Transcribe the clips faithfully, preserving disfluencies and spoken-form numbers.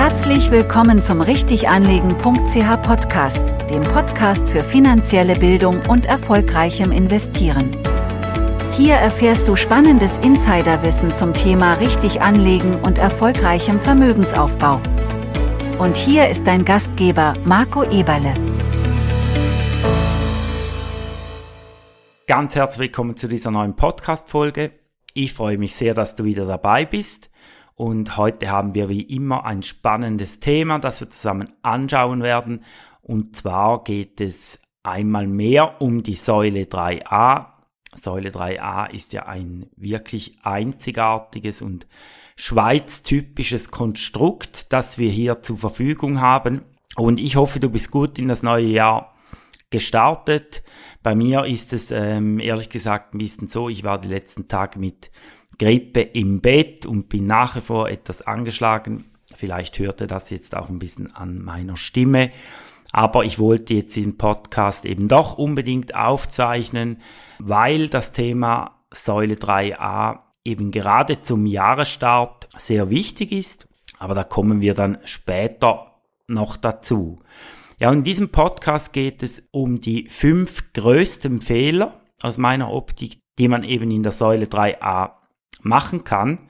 Herzlich willkommen zum richtiganlegen punkt c h Podcast, dem Podcast für finanzielle Bildung und erfolgreichem Investieren. Hier erfährst du spannendes Insiderwissen zum Thema richtig anlegen und erfolgreichem Vermögensaufbau. Und hier ist dein Gastgeber Marco Eberle. Ganz herzlich willkommen zu dieser neuen Podcast-Folge. Ich freue mich sehr, dass du wieder dabei bist. Und heute haben wir wie immer ein spannendes Thema, das wir zusammen anschauen werden. Und zwar geht es einmal mehr um die Säule drei a. Säule drei a ist ja ein wirklich einzigartiges und schweiztypisches Konstrukt, das wir hier zur Verfügung haben. Und ich hoffe, du bist gut in das neue Jahr gestartet. Bei mir ist es ähm, ehrlich gesagt ein bisschen so, ich war die letzten Tage mit Grippe im Bett und bin nach wie vor etwas angeschlagen. Vielleicht hört ihr das jetzt auch ein bisschen an meiner Stimme. Aber ich wollte jetzt diesen Podcast eben doch unbedingt aufzeichnen, weil das Thema Säule drei a eben gerade zum Jahresstart sehr wichtig ist. Aber da kommen wir dann später noch dazu. Ja, und in diesem Podcast geht es um die fünf größten Fehler aus meiner Optik, die man eben in der Säule drei a machen kann.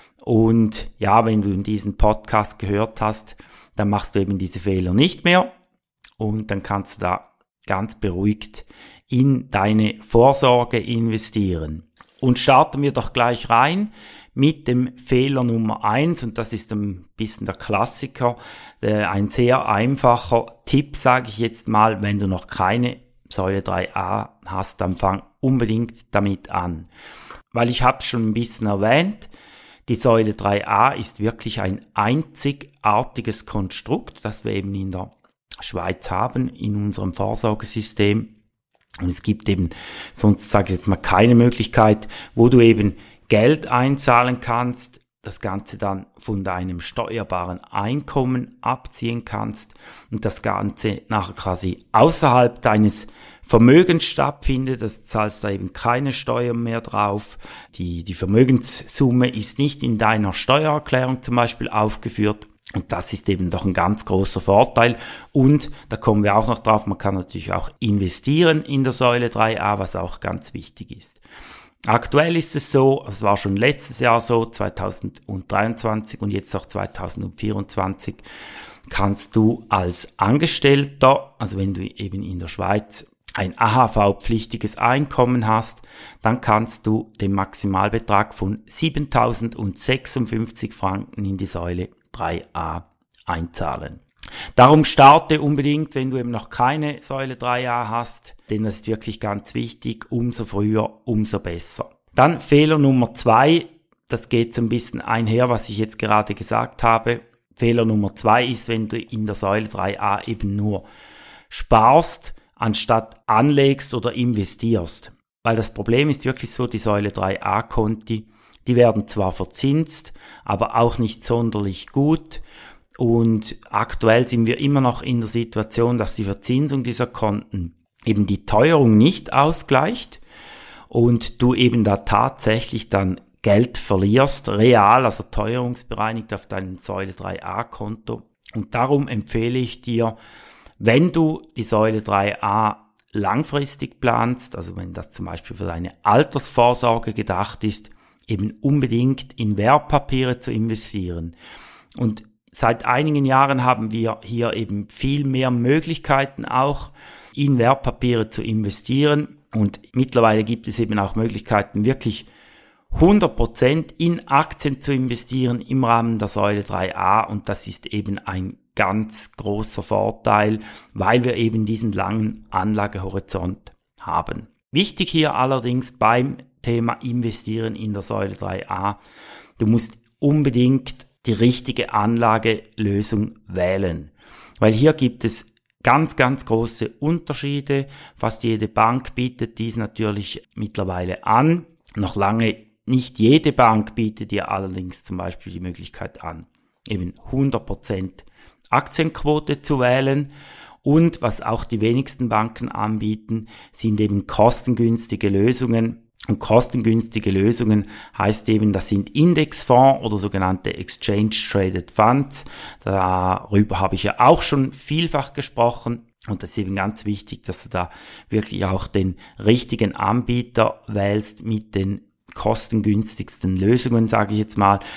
Und ja, wenn du in diesen Podcast gehört hast, dann machst du eben diese Fehler nicht mehr und dann kannst du da ganz beruhigt in deine Vorsorge investieren. Und starten wir doch gleich rein mit dem Fehler Nummer eins, und das ist ein bisschen der Klassiker, äh, ein sehr einfacher Tipp, sage ich jetzt mal. Wenn du noch keine Säule drei a hast, dann fang unbedingt damit an. Weil ich habe es schon ein bisschen erwähnt, die Säule drei a ist wirklich ein einzigartiges Konstrukt, das wir eben in der Schweiz haben, in unserem Vorsorgesystem. Und es gibt eben, sonst sage ich jetzt mal, keine Möglichkeit, wo du eben Geld einzahlen kannst, das Ganze dann von deinem steuerbaren Einkommen abziehen kannst und das Ganze nachher quasi außerhalb deines Vermögens stattfindet. Das zahlst da eben keine Steuern mehr drauf. Die, die Vermögenssumme ist nicht in deiner Steuererklärung zum Beispiel aufgeführt. Und das ist eben doch ein ganz großer Vorteil. Und da kommen wir auch noch drauf, man kann natürlich auch investieren in der Säule drei a, was auch ganz wichtig ist. Aktuell ist es so, es war schon letztes Jahr so, zweitausenddreiundzwanzig und jetzt auch zweitausendvierundzwanzig, kannst du als Angestellter, also wenn du eben in der Schweiz ein A H V-pflichtiges Einkommen hast, dann kannst du den Maximalbetrag von siebentausendsechsundfünfzig Franken in die Säule drei a einzahlen. Darum starte unbedingt, wenn du eben noch keine Säule drei a hast, denn das ist wirklich ganz wichtig, umso früher, umso besser. Dann Fehler Nummer zwei, das geht so ein bisschen einher, was ich jetzt gerade gesagt habe. Fehler Nummer zwei ist, wenn du in der Säule drei a eben nur sparst, anstatt anlegst oder investierst. Weil das Problem ist wirklich so, die Säule drei a Konti, die werden zwar verzinst, aber auch nicht sonderlich gut. Und aktuell sind wir immer noch in der Situation, dass die Verzinsung dieser Konten eben die Teuerung nicht ausgleicht und du eben da tatsächlich dann Geld verlierst, real, also teuerungsbereinigt auf deinem Säule drei a Konto. Und darum empfehle ich dir, wenn du die Säule drei a langfristig planst, also wenn das zum Beispiel für deine Altersvorsorge gedacht ist, eben unbedingt in Wertpapiere zu investieren. Und seit einigen Jahren haben wir hier eben viel mehr Möglichkeiten auch in Wertpapiere zu investieren und mittlerweile gibt es eben auch Möglichkeiten, wirklich hundert Prozent in Aktien zu investieren im Rahmen der Säule drei a und das ist eben ein ganz großer Vorteil, weil wir eben diesen langen Anlagehorizont haben. Wichtig hier allerdings beim Thema Investieren in der Säule drei a, du musst unbedingt die richtige Anlagelösung wählen. Weil hier gibt es ganz, ganz große Unterschiede. Fast jede Bank bietet dies natürlich mittlerweile an. Noch lange nicht jede Bank bietet dir allerdings zum Beispiel die Möglichkeit an, eben hundert Prozent Aktienquote zu wählen. Und was auch die wenigsten Banken anbieten, sind eben kostengünstige Lösungen. Und kostengünstige Lösungen heißt eben, das sind Indexfonds oder sogenannte Exchange Traded Funds. Darüber habe ich ja auch schon vielfach gesprochen. Und das ist eben ganz wichtig, dass du da wirklich auch den richtigen Anbieter wählst mit den kostengünstigsten Lösungen, sage ich jetzt mal,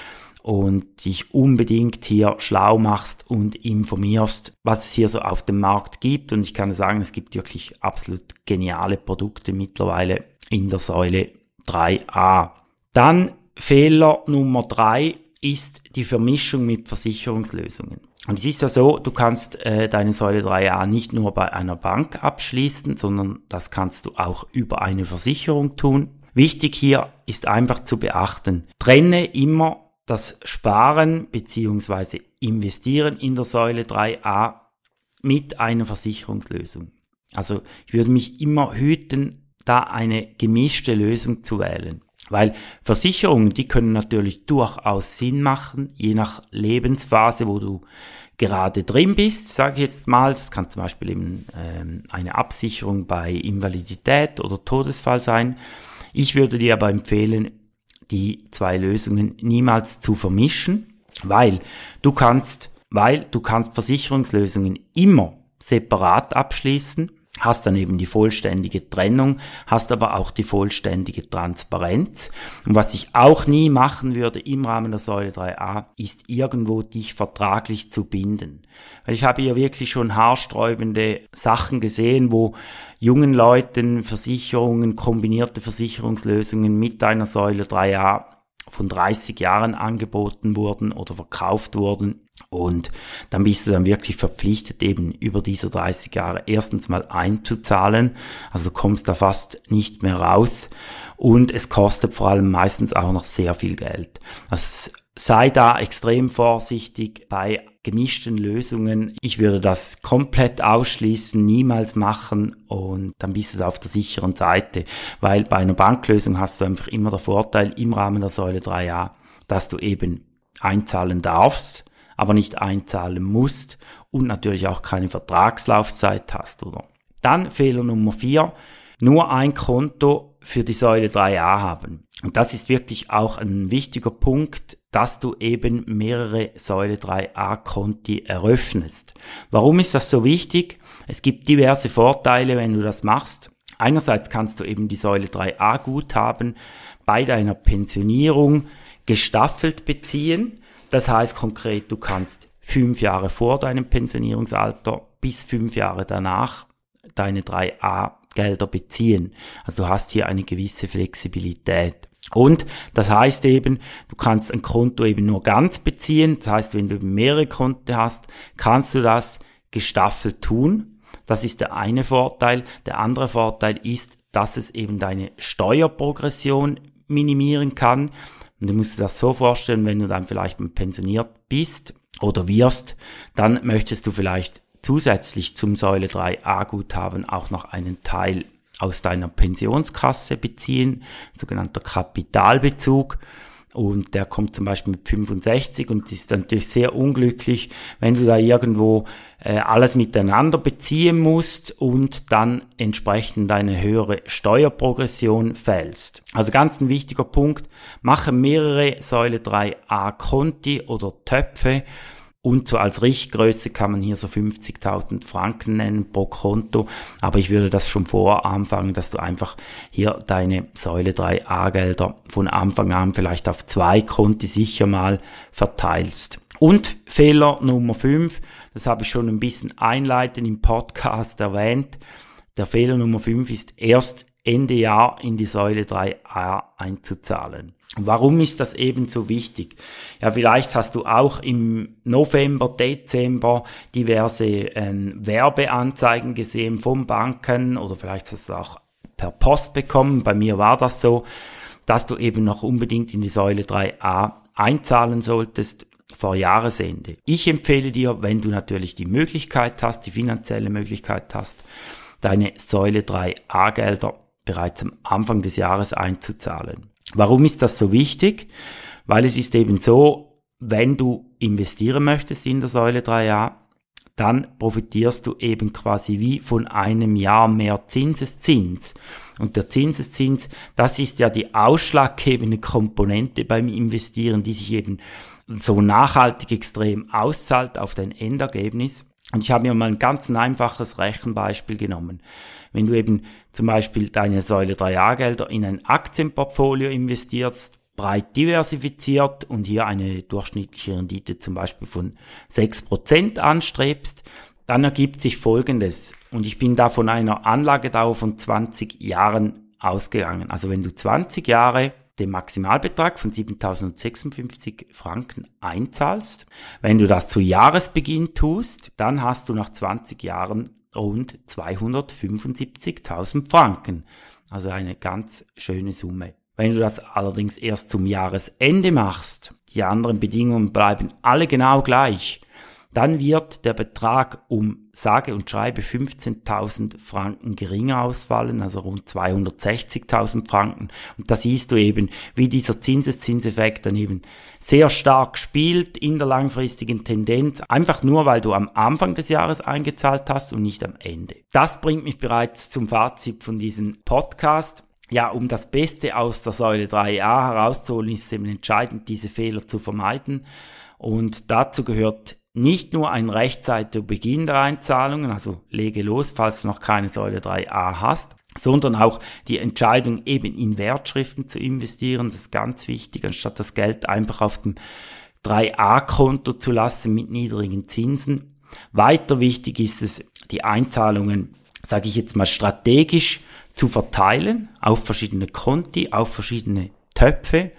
und dich unbedingt hier schlau machst und informierst, was es hier so auf dem Markt gibt. Und ich kann sagen, es gibt wirklich absolut geniale Produkte mittlerweile in der Säule drei a. Dann Fehler Nummer drei ist die Vermischung mit Versicherungslösungen. Und es ist ja so, du kannst äh, deine Säule drei a nicht nur bei einer Bank abschließen, sondern das kannst du auch über eine Versicherung tun. Wichtig hier ist einfach zu beachten, trenne immer das Sparen bzw. Investieren in der Säule drei a mit einer Versicherungslösung. Also ich würde mich immer hüten, da eine gemischte Lösung zu wählen. Weil Versicherungen, die können natürlich durchaus Sinn machen, je nach Lebensphase, wo du gerade drin bist, sage ich jetzt mal. Das kann zum Beispiel eben ähm, eine Absicherung bei Invalidität oder Todesfall sein. Ich würde dir aber empfehlen, die zwei Lösungen niemals zu vermischen, weil du kannst, weil du kannst Versicherungslösungen immer separat abschließen, hast dann eben die vollständige Trennung, hast aber auch die vollständige Transparenz. Und was ich auch nie machen würde im Rahmen der Säule drei a, ist irgendwo dich vertraglich zu binden. Weil ich habe ja wirklich schon haarsträubende Sachen gesehen, wo jungen Leuten Versicherungen, kombinierte Versicherungslösungen mit einer Säule drei a von dreißig Jahren angeboten wurden oder verkauft wurden. Und dann bist du dann wirklich verpflichtet, eben über diese dreißig Jahre erstens mal einzuzahlen. Also du kommst da fast nicht mehr raus. Und es kostet vor allem meistens auch noch sehr viel Geld. Also sei da extrem vorsichtig bei gemischten Lösungen. Ich würde das komplett ausschließen, niemals machen, und dann bist du da auf der sicheren Seite. Weil bei einer Banklösung hast du einfach immer den Vorteil im Rahmen der Säule drei a, dass du eben einzahlen darfst, aber nicht einzahlen musst und natürlich auch keine Vertragslaufzeit hast, oder? Dann Fehler Nummer vier, nur ein Konto für die Säule drei a haben. Und das ist wirklich auch ein wichtiger Punkt, dass du eben mehrere Säule drei a Konti eröffnest. Warum ist das so wichtig? Es gibt diverse Vorteile, wenn du das machst. Einerseits kannst du eben die Säule drei a Guthaben bei deiner Pensionierung gestaffelt beziehen. Das heißt konkret, du kannst fünf Jahre vor deinem Pensionierungsalter bis fünf Jahre danach deine drei a Gelder beziehen. Also du hast hier eine gewisse Flexibilität. Und das heißt eben, du kannst ein Konto eben nur ganz beziehen. Das heißt, wenn du mehrere Konten hast, kannst du das gestaffelt tun. Das ist der eine Vorteil. Der andere Vorteil ist, dass es eben deine Steuerprogression minimieren kann. Und du musst dir das so vorstellen, wenn du dann vielleicht pensioniert bist oder wirst, dann möchtest du vielleicht zusätzlich zum Säule drei a Guthaben auch noch einen Teil aus deiner Pensionskasse beziehen, sogenannter Kapitalbezug. Und der kommt zum Beispiel mit fünfundsechzig, und das ist natürlich sehr unglücklich, wenn du da irgendwo äh, alles miteinander beziehen musst und dann entsprechend eine höhere Steuerprogression fällst. Also ganz ein wichtiger Punkt, mache mehrere Säule drei a Konti oder Töpfe. Und so als Richtgröße kann man hier so fünfzigtausend Franken nennen pro Konto. Aber ich würde das schon vor anfangen, dass du einfach hier deine Säule drei a Gelder von Anfang an vielleicht auf zwei Konti sicher mal verteilst. Und Fehler Nummer fünf, das habe ich schon ein bisschen einleitend im Podcast erwähnt. Der Fehler Nummer fünf ist erst Ende Jahr in die Säule drei a einzuzahlen. Warum ist das eben so wichtig? Ja, vielleicht hast du auch im November, Dezember diverse äh, Werbeanzeigen gesehen von Banken, oder vielleicht hast du auch per Post bekommen. Bei mir war das so, dass du eben noch unbedingt in die Säule drei a einzahlen solltest vor Jahresende. Ich empfehle dir, wenn du natürlich die Möglichkeit hast, die finanzielle Möglichkeit hast, deine Säule drei a Gelder bereits am Anfang des Jahres einzuzahlen. Warum ist das so wichtig? Weil es ist eben so, wenn du investieren möchtest in der Säule drei a, dann profitierst du eben quasi wie von einem Jahr mehr Zinseszins. Und der Zinseszins, das ist ja die ausschlaggebende Komponente beim Investieren, die sich eben so nachhaltig extrem auszahlt auf dein Endergebnis. Und ich habe mir mal ein ganz einfaches Rechenbeispiel genommen. Wenn du eben zum Beispiel deine Säule drei a Gelder in ein Aktienportfolio investierst, breit diversifiziert und hier eine durchschnittliche Rendite zum Beispiel von sechs Prozent anstrebst, dann ergibt sich Folgendes. Und ich bin da von einer Anlagedauer von zwanzig Jahren ausgegangen. Also wenn du zwanzig Jahre den Maximalbetrag von siebentausendsechsundfünfzig Franken einzahlst, wenn du das zu Jahresbeginn tust, dann hast du nach zwanzig Jahren rund zweihundertfünfundsiebzigtausend Franken. Also eine ganz schöne Summe. Wenn du das allerdings erst zum Jahresende machst, die anderen Bedingungen bleiben alle genau gleich, dann wird der Betrag um sage und schreibe fünfzehntausend Franken geringer ausfallen, also rund zweihundertsechzigtausend Franken. Und da siehst du eben, wie dieser Zinseszinseffekt dann eben sehr stark spielt in der langfristigen Tendenz, einfach nur, weil du am Anfang des Jahres eingezahlt hast und nicht am Ende. Das bringt mich bereits zum Fazit von diesem Podcast. Ja, um das Beste aus der Säule drei a herauszuholen, ist es eben entscheidend, diese Fehler zu vermeiden. Und dazu gehört nicht nur ein rechtzeitiger Beginn der Einzahlungen, also lege los, falls du noch keine Säule drei a hast, sondern auch die Entscheidung, eben in Wertschriften zu investieren. Das ist ganz wichtig, anstatt das Geld einfach auf dem drei a Konto zu lassen mit niedrigen Zinsen. Weiter wichtig ist es, die Einzahlungen, sage ich jetzt mal, strategisch zu verteilen auf verschiedene Konti, auf verschiedene Töpfe,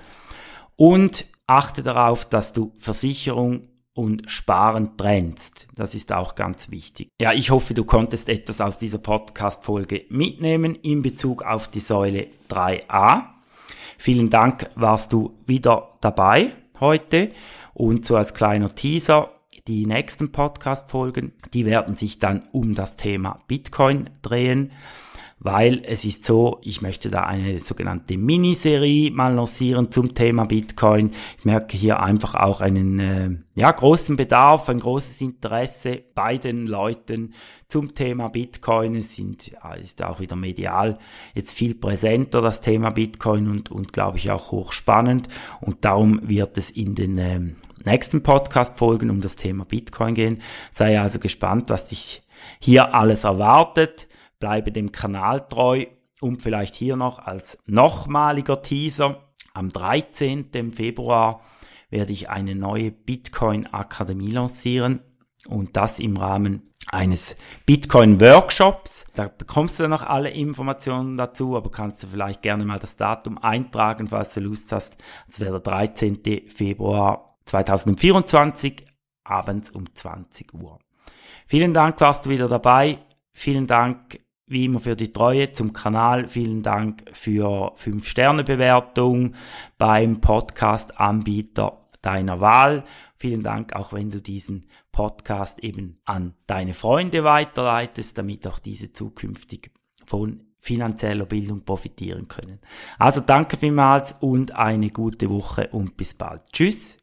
und achte darauf, dass du Versicherung und Sparen trennst. Das ist auch ganz wichtig. Ja, ich hoffe, du konntest etwas aus dieser Podcast-Folge mitnehmen in Bezug auf die Säule drei a. Vielen Dank, warst du wieder dabei heute. Und so als kleiner Teaser, die nächsten Podcast-Folgen, die werden sich dann um das Thema Bitcoin drehen. Weil es ist so, ich möchte da eine sogenannte Miniserie mal lancieren zum Thema Bitcoin. Ich merke hier einfach auch einen äh, ja, großen Bedarf, ein großes Interesse bei den Leuten zum Thema Bitcoin. Es sind, ja, ist auch wieder medial jetzt viel präsenter, das Thema Bitcoin, und, und glaube ich auch hochspannend. Und darum wird es in den ähm, nächsten Podcast-Folgen um das Thema Bitcoin gehen. Sei also gespannt, was dich hier alles erwartet. Bleibe dem Kanal treu, und vielleicht hier noch als nochmaliger Teaser: Am dreizehnten Februar werde ich eine neue Bitcoin-Akademie lancieren, und das im Rahmen eines Bitcoin-Workshops. Da bekommst du noch alle Informationen dazu, aber kannst du vielleicht gerne mal das Datum eintragen, falls du Lust hast. Das wäre der dreizehnten Februar zweitausendvierundzwanzig, abends um zwanzig Uhr. Vielen Dank, warst du wieder dabei. Vielen Dank wie immer für die Treue zum Kanal. Vielen Dank für fünf Sterne Bewertung beim Podcast-Anbieter deiner Wahl. Vielen Dank auch, wenn du diesen Podcast eben an deine Freunde weiterleitest, damit auch diese zukünftig von finanzieller Bildung profitieren können. Also danke vielmals und eine gute Woche und bis bald. Tschüss.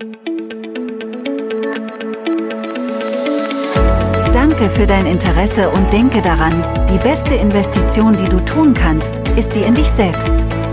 Danke für dein Interesse und denke daran, die beste Investition, die du tun kannst, ist die in dich selbst.